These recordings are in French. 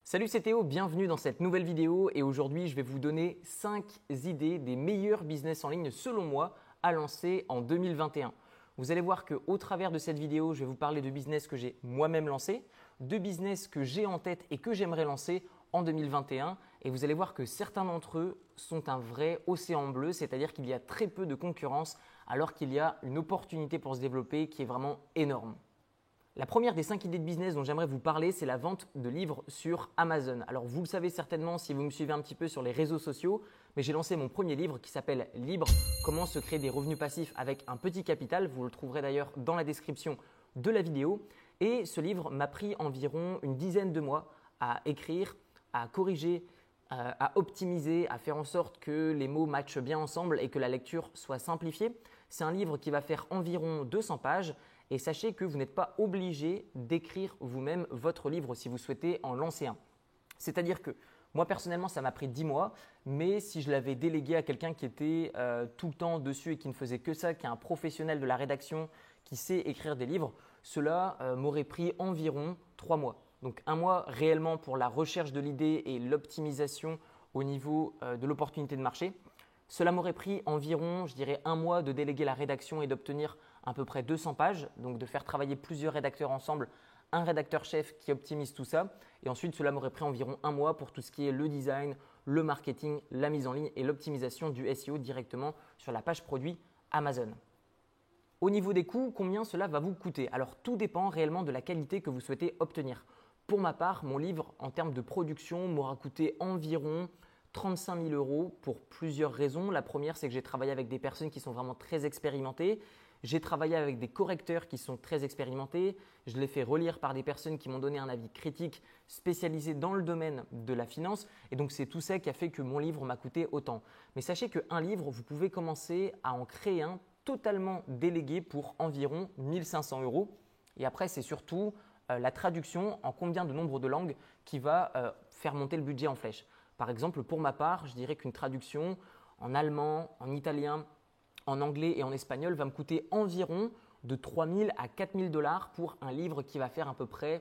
Salut, c'est Théo, bienvenue dans cette nouvelle vidéo et aujourd'hui je vais vous donner 5 idées des meilleurs business en ligne selon moi à lancer en 2021. Vous allez voir qu'au travers de cette vidéo, je vais vous parler de business que j'ai moi-même lancé, de business que j'ai en tête et que j'aimerais lancer en 2021 et vous allez voir que certains d'entre eux sont un vrai océan bleu, c'est-à-dire qu'il y a très peu de concurrence alors qu'il y a une opportunité pour se développer qui est vraiment énorme. La première des 5 idées de business dont j'aimerais vous parler, c'est la vente de livres sur Amazon. Alors vous le savez certainement si vous me suivez un petit peu sur les réseaux sociaux, mais j'ai lancé mon premier livre qui s'appelle Libre, comment se créer des revenus passifs avec un petit capital. Vous le trouverez d'ailleurs dans la description de la vidéo. Et ce livre m'a pris environ une dizaine de mois à écrire, à corriger, à optimiser, à faire en sorte que les mots matchent bien ensemble et que la lecture soit simplifiée. C'est un livre qui va faire environ 200 pages et sachez que vous n'êtes pas obligé d'écrire vous-même votre livre si vous souhaitez en lancer un. C'est-à-dire que moi personnellement ça m'a pris 10 mois, mais si je l'avais délégué à quelqu'un qui était tout le temps dessus et qui ne faisait que ça, qui est un professionnel de la rédaction, qui sait écrire des livres, cela m'aurait pris environ 3 mois. Donc un mois réellement pour la recherche de l'idée et l'optimisation au niveau de l'opportunité de marché. Cela m'aurait pris environ, je dirais, un mois de déléguer la rédaction et d'obtenir à peu près 200 pages, donc de faire travailler plusieurs rédacteurs ensemble, un rédacteur-chef qui optimise tout ça. Et ensuite, cela m'aurait pris environ un mois pour tout ce qui est le design, le marketing, la mise en ligne et l'optimisation du SEO directement sur la page produit Amazon. Au niveau des coûts, combien cela va vous coûter? Alors tout dépend réellement de la qualité que vous souhaitez obtenir. Pour ma part, mon livre en termes de production m'aura coûté environ 35 000 € pour plusieurs raisons. La première, c'est que j'ai travaillé avec des personnes qui sont vraiment très expérimentées. J'ai travaillé avec des correcteurs qui sont très expérimentés. Je l'ai fait relire par des personnes qui m'ont donné un avis critique spécialisé dans le domaine de la finance. Et donc, c'est tout ça qui a fait que mon livre m'a coûté autant. Mais sachez qu'un livre, vous pouvez commencer à en créer un totalement délégué pour environ 1 500 €. Et après, c'est surtout la traduction en combien de nombre de langues qui va faire monter le budget en flèche. Par exemple, pour ma part, je dirais qu'une traduction en allemand, en italien, en anglais et en espagnol va me coûter environ de 3 000 à 4 000 $ pour un livre qui va faire à peu près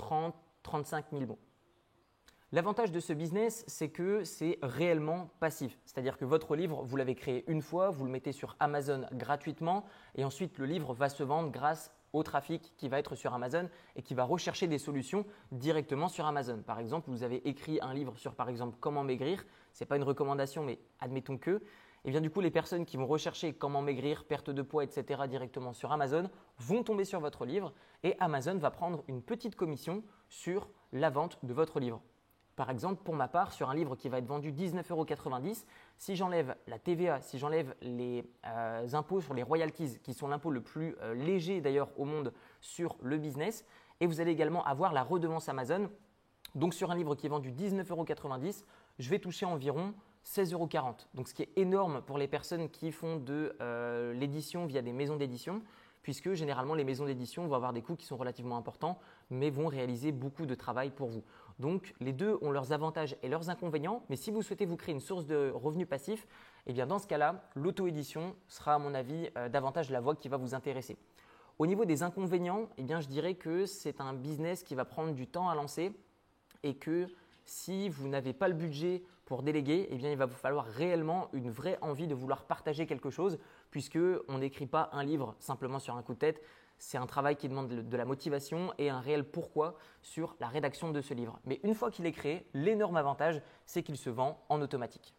30-35 000 mots. L'avantage de ce business, c'est que c'est réellement passif. C'est-à-dire que votre livre, vous l'avez créé une fois, vous le mettez sur Amazon gratuitement et ensuite le livre va se vendre grâce au trafic qui va être sur Amazon et qui va rechercher des solutions directement sur Amazon. Par exemple, vous avez écrit un livre sur par exemple comment maigrir. Ce n'est pas une recommandation, mais admettons que. Et bien du coup, les personnes qui vont rechercher comment maigrir, perte de poids, etc. directement sur Amazon vont tomber sur votre livre et Amazon va prendre une petite commission sur la vente de votre livre. Par exemple, pour ma part, sur un livre qui va être vendu 19,90 €, si j'enlève la TVA, si j'enlève les impôts sur les royalties, qui sont l'impôt le plus léger d'ailleurs au monde sur le business, et vous allez également avoir la redevance Amazon. Donc sur un livre qui est vendu 19,90 €, je vais toucher environ 16,40 €. Donc ce qui est énorme pour les personnes qui font de l'édition via des maisons d'édition, puisque généralement les maisons d'édition vont avoir des coûts qui sont relativement importants, mais vont réaliser beaucoup de travail pour vous. Donc les deux ont leurs avantages et leurs inconvénients, mais si vous souhaitez vous créer une source de revenus passifs, eh bien dans ce cas-là, l'auto-édition sera à mon avis davantage la voie qui va vous intéresser. Au niveau des inconvénients, eh bien, je dirais que c'est un business qui va prendre du temps à lancer et que si vous n'avez pas le budget pour déléguer, eh bien, il va vous falloir réellement une vraie envie de vouloir partager quelque chose puisqu'on n'écrit pas un livre simplement sur un coup de tête. C'est un travail qui demande de la motivation et un réel pourquoi sur la rédaction de ce livre. Mais une fois qu'il est créé, l'énorme avantage, c'est qu'il se vend en automatique.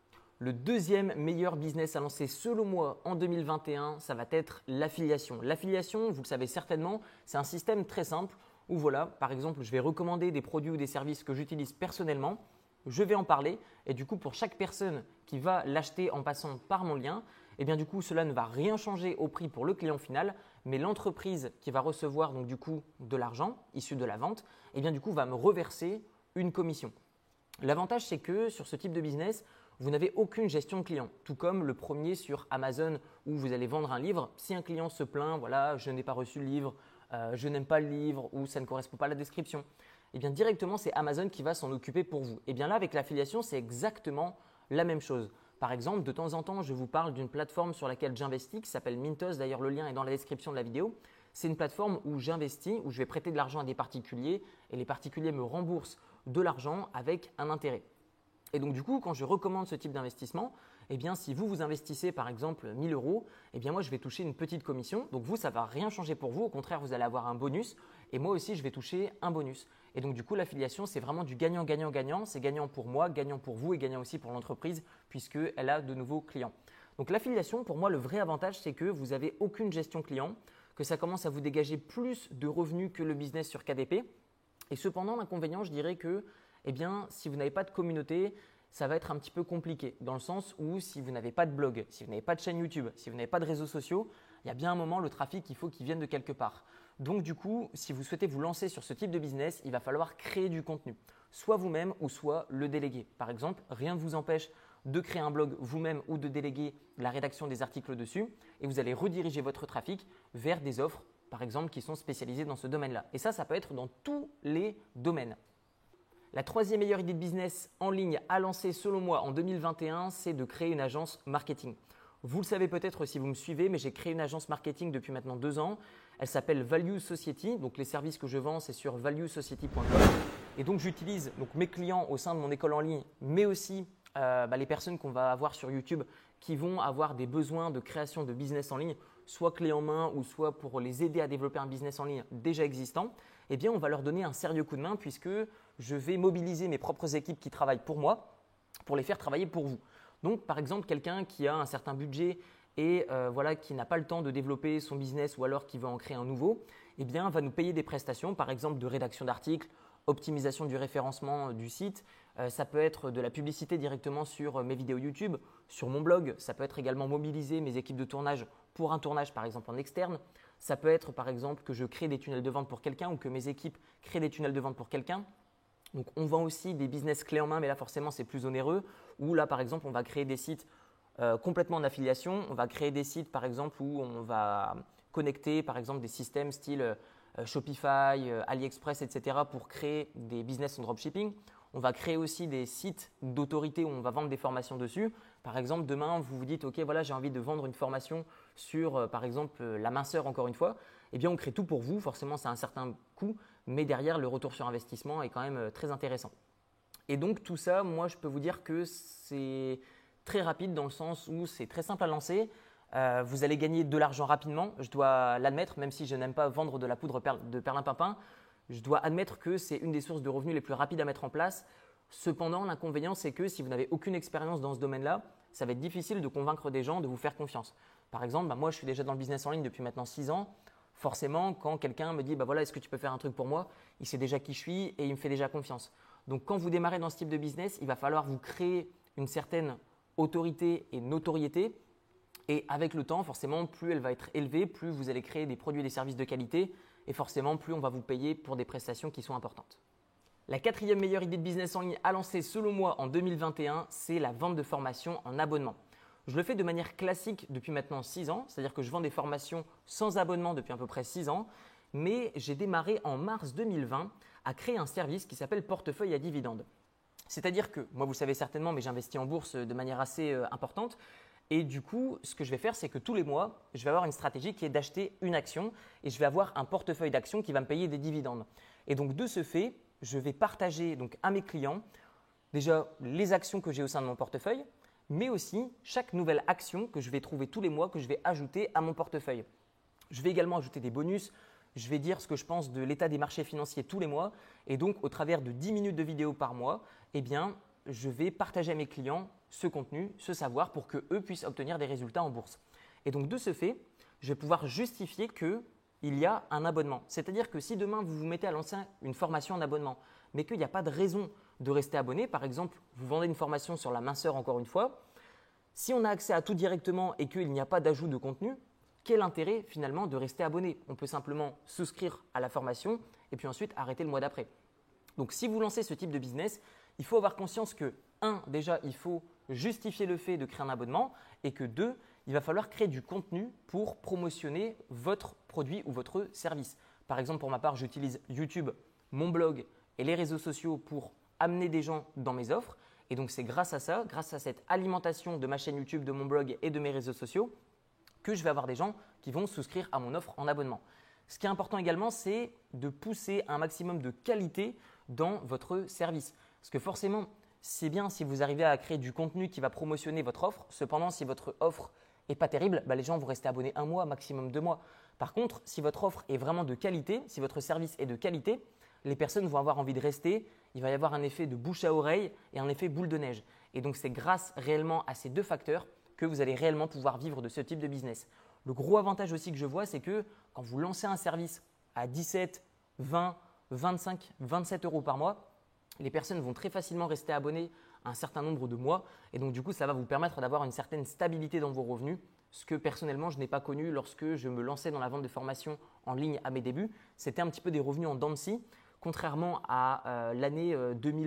Le deuxième meilleur business à lancer selon moi en 2021, ça va être l'affiliation. L'affiliation, vous le savez certainement, c'est un système très simple où voilà, par exemple, je vais recommander des produits ou des services que j'utilise personnellement, je vais en parler et du coup pour chaque personne qui va l'acheter en passant par mon lien, eh bien du coup cela ne va rien changer au prix pour le client final, mais l'entreprise qui va recevoir donc du coup de l'argent issu de la vente, eh bien du coup va me reverser une commission. L'avantage c'est que sur ce type de business, vous n'avez aucune gestion de client, tout comme le premier sur Amazon où vous allez vendre un livre. Si un client se plaint, voilà, je n'ai pas reçu le livre, je n'aime pas le livre ou ça ne correspond pas à la description, eh bien directement c'est Amazon qui va s'en occuper pour vous. Et bien là avec l'affiliation c'est exactement la même chose. Par exemple, de temps en temps, je vous parle d'une plateforme sur laquelle j'investis qui s'appelle Mintos. D'ailleurs, le lien est dans la description de la vidéo. C'est une plateforme où j'investis, où je vais prêter de l'argent à des particuliers et les particuliers me remboursent de l'argent avec un intérêt. Et donc du coup, quand je recommande ce type d'investissement, eh bien, si vous investissez par exemple 1 000 euros, eh bien moi je vais toucher une petite commission. Donc vous, ça ne va rien changer pour vous. Au contraire, vous allez avoir un bonus et moi aussi, je vais toucher un bonus. Et donc du coup, l'affiliation, c'est vraiment du gagnant-gagnant-gagnant. C'est gagnant pour moi, gagnant pour vous et gagnant aussi pour l'entreprise puisqu'elle a de nouveaux clients. Donc l'affiliation, pour moi, le vrai avantage, c'est que vous n'avez aucune gestion client, que ça commence à vous dégager plus de revenus que le business sur KDP. Et cependant, l'inconvénient, je dirais que eh bien, si vous n'avez pas de communauté, ça va être un petit peu compliqué dans le sens où si vous n'avez pas de blog, si vous n'avez pas de chaîne YouTube, si vous n'avez pas de réseaux sociaux, il y a bien un moment, le trafic, il faut qu'il vienne de quelque part. Donc du coup, si vous souhaitez vous lancer sur ce type de business, il va falloir créer du contenu, soit vous-même ou soit le déléguer. Par exemple, rien ne vous empêche de créer un blog vous-même ou de déléguer la rédaction des articles dessus et vous allez rediriger votre trafic vers des offres, par exemple, qui sont spécialisées dans ce domaine-là. Et ça peut être dans tous les domaines. La troisième meilleure idée de business en ligne à lancer selon moi en 2021, c'est de créer une agence marketing. Vous le savez peut-être si vous me suivez, mais j'ai créé une agence marketing depuis maintenant 2 ans. Elle s'appelle Value Society. Donc les services que je vends, c'est sur valuesociety.com. Et donc j'utilise mes clients au sein de mon école en ligne, mais aussi les personnes qu'on va avoir sur YouTube qui vont avoir des besoins de création de business en ligne, soit clé en main ou soit pour les aider à développer un business en ligne déjà existant. Eh bien, on va leur donner un sérieux coup de main puisque je vais mobiliser mes propres équipes qui travaillent pour moi pour les faire travailler pour vous. Donc, par exemple, quelqu'un qui a un certain budget et qui n'a pas le temps de développer son business ou alors qui veut en créer un nouveau, eh bien, va nous payer des prestations, par exemple de rédaction d'articles, optimisation du référencement du site. Ça peut être de la publicité directement sur mes vidéos YouTube, sur mon blog. Ça peut être également mobiliser mes équipes de tournage pour un tournage, par exemple en externe. Ça peut être par exemple que je crée des tunnels de vente pour quelqu'un ou que mes équipes créent des tunnels de vente pour quelqu'un. Donc, on vend aussi des business clés en main, mais là, forcément, c'est plus onéreux. Ou là, par exemple, on va créer des sites complètement en affiliation. On va créer des sites, par exemple, où on va connecter, par exemple, des systèmes style Shopify, AliExpress, etc. pour créer des business en dropshipping. On va créer aussi des sites d'autorité où on va vendre des formations dessus. Par exemple, demain, vous vous dites, OK, voilà, j'ai envie de vendre une formation sur, par exemple, la minceur, encore une fois. Eh bien, on crée tout pour vous. Forcément, ça a un certain coût, mais derrière, le retour sur investissement est quand même très intéressant. Et donc, tout ça, moi, je peux vous dire que c'est très rapide dans le sens où c'est très simple à lancer. Vous allez gagner de l'argent rapidement, je dois l'admettre, même si je n'aime pas vendre de la poudre de perlimpinpin. Je dois admettre que c'est une des sources de revenus les plus rapides à mettre en place. Cependant, l'inconvénient, c'est que si vous n'avez aucune expérience dans ce domaine-là, ça va être difficile de convaincre des gens de vous faire confiance. Par exemple, moi, je suis déjà dans le business en ligne depuis maintenant 6 ans. Forcément, quand quelqu'un me dit « est-ce que tu peux faire un truc pour moi ?» il sait déjà qui je suis et il me fait déjà confiance. Donc, quand vous démarrez dans ce type de business, il va falloir vous créer une certaine autorité et notoriété. Et avec le temps, forcément, plus elle va être élevée, plus vous allez créer des produits et des services de qualité et forcément, plus on va vous payer pour des prestations qui sont importantes. La quatrième meilleure idée de business en ligne à lancer selon moi en 2021, c'est la vente de formations en abonnement. Je le fais de manière classique depuis maintenant 6 ans, c'est-à-dire que je vends des formations sans abonnement depuis à peu près 6 ans, mais j'ai démarré en mars 2020 à créer un service qui s'appelle portefeuille à dividendes. C'est-à-dire que, moi vous le savez certainement, mais j'investis en bourse de manière assez importante. Et du coup, ce que je vais faire, c'est que tous les mois, je vais avoir une stratégie qui est d'acheter une action et je vais avoir un portefeuille d'actions qui va me payer des dividendes. Et donc, de ce fait, je vais partager donc, à mes clients déjà les actions que j'ai au sein de mon portefeuille, mais aussi chaque nouvelle action que je vais trouver tous les mois que je vais ajouter à mon portefeuille. Je vais également ajouter des bonus. Je vais dire ce que je pense de l'état des marchés financiers tous les mois. Et donc, au travers de 10 minutes de vidéo par mois, eh bien, je vais partager à mes clients ce contenu, ce savoir pour qu'eux puissent obtenir des résultats en bourse. Et donc, de ce fait, je vais pouvoir justifier qu'il y a un abonnement. C'est-à-dire que si demain, vous vous mettez à lancer une formation en abonnement, mais qu'il n'y a pas de raison de rester abonné, par exemple, vous vendez une formation sur la minceur encore une fois, si on a accès à tout directement et qu'il n'y a pas d'ajout de contenu, quel intérêt finalement de rester abonné? On peut simplement souscrire à la formation et puis ensuite arrêter le mois d'après. Donc, si vous lancez ce type de business, il faut avoir conscience que, déjà, il faut justifier le fait de créer un abonnement et que 2, il va falloir créer du contenu pour promotionner votre produit ou votre service. Par exemple, pour ma part, j'utilise YouTube, mon blog et les réseaux sociaux pour amener des gens dans mes offres. Et donc, c'est grâce à ça, grâce à cette alimentation de ma chaîne YouTube, de mon blog et de mes réseaux sociaux que je vais avoir des gens qui vont souscrire à mon offre en abonnement. Ce qui est important également, c'est de pousser un maximum de qualité dans votre service. Parce que forcément, c'est bien si vous arrivez à créer du contenu qui va promotionner votre offre. Cependant, si votre offre n'est pas terrible, les gens vont rester abonnés 1 mois, maximum 2 mois. Par contre, si votre offre est vraiment de qualité, si votre service est de qualité, les personnes vont avoir envie de rester. Il va y avoir un effet de bouche à oreille et un effet boule de neige. Et donc, c'est grâce réellement à ces 2 facteurs que vous allez réellement pouvoir vivre de ce type de business. Le gros avantage aussi que je vois, c'est que quand vous lancez un service à 17, 20, 25, 27 euros par mois, les personnes vont très facilement rester abonnées à un certain nombre de mois. Et donc, du coup, ça va vous permettre d'avoir une certaine stabilité dans vos revenus, ce que personnellement, je n'ai pas connu lorsque je me lançais dans la vente de formation en ligne à mes débuts. C'était un petit peu des revenus en dents de scie, contrairement à l'année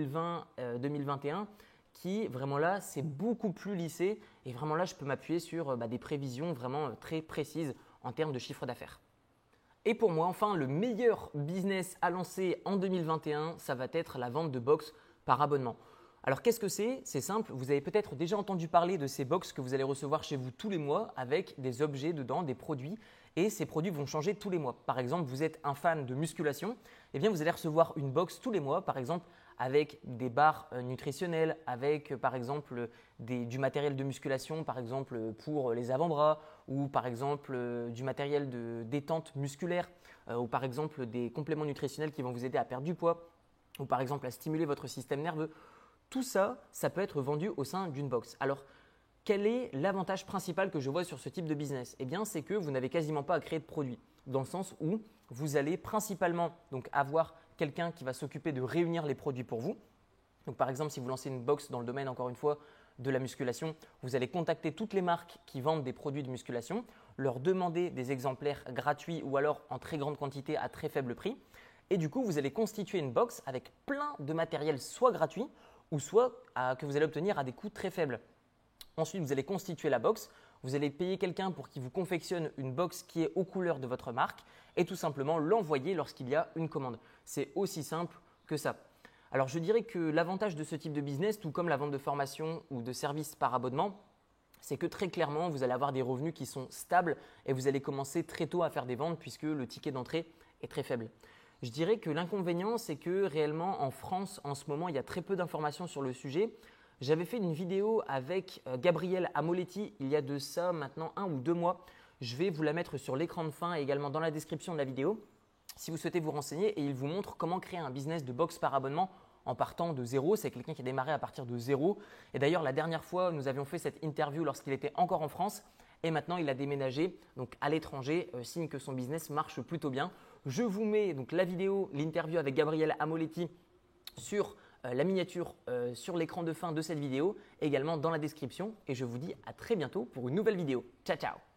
2020-2021 qui vraiment là, c'est beaucoup plus lissé et vraiment là, je peux m'appuyer sur des prévisions vraiment très précises en termes de chiffre d'affaires. Et pour moi, enfin, le meilleur business à lancer en 2021, ça va être la vente de box par abonnement. Alors, qu'est-ce que c'est? C'est simple, vous avez peut-être déjà entendu parler de ces box que vous allez recevoir chez vous tous les mois avec des objets dedans, des produits. Et ces produits vont changer tous les mois. Par exemple, vous êtes un fan de musculation, eh bien vous allez recevoir une box tous les mois, par exemple avec des barres nutritionnelles, avec par exemple du matériel de musculation, par exemple pour les avant-bras, ou par exemple du matériel de détente musculaire, ou par exemple des compléments nutritionnels qui vont vous aider à perdre du poids, ou par exemple à stimuler votre système nerveux. Tout ça, ça peut être vendu au sein d'une box. Alors, quel est l'avantage principal que je vois sur ce type de business? Eh bien, c'est que vous n'avez quasiment pas à créer de produits, dans le sens où vous allez principalement donc, avoir quelqu'un qui va s'occuper de réunir les produits pour vous. Donc, par exemple, si vous lancez une box dans le domaine, encore une fois, de la musculation, vous allez contacter toutes les marques qui vendent des produits de musculation, leur demander des exemplaires gratuits ou alors en très grande quantité à très faible prix. Et du coup, vous allez constituer une box avec plein de matériel soit gratuit ou soit que vous allez obtenir à des coûts très faibles. Ensuite, vous allez constituer la box, vous allez payer quelqu'un pour qu'il vous confectionne une box qui est aux couleurs de votre marque et tout simplement l'envoyer lorsqu'il y a une commande. C'est aussi simple que ça. Alors, je dirais que l'avantage de ce type de business, tout comme la vente de formation ou de services par abonnement, c'est que très clairement, vous allez avoir des revenus qui sont stables et vous allez commencer très tôt à faire des ventes puisque le ticket d'entrée est très faible. Je dirais que l'inconvénient, c'est que réellement en France, en ce moment, il y a très peu d'informations sur le sujet. J'avais fait une vidéo avec Gabriel Amoletti il y a de ça maintenant 1 ou 2 mois. Je vais vous la mettre sur l'écran de fin et également dans la description de la vidéo si vous souhaitez vous renseigner. Et il vous montre comment créer un business de box par abonnement en partant de zéro. C'est quelqu'un qui a démarré à partir de zéro. Et d'ailleurs, la dernière fois, nous avions fait cette interview lorsqu'il était encore en France. Et maintenant, il a déménagé donc à l'étranger, signe que son business marche plutôt bien. Je vous mets donc la vidéo, l'interview avec Gabriel Amoletti sur la miniature sur l'écran de fin de cette vidéo, également dans la description. Et je vous dis à très bientôt pour une nouvelle vidéo. Ciao, ciao!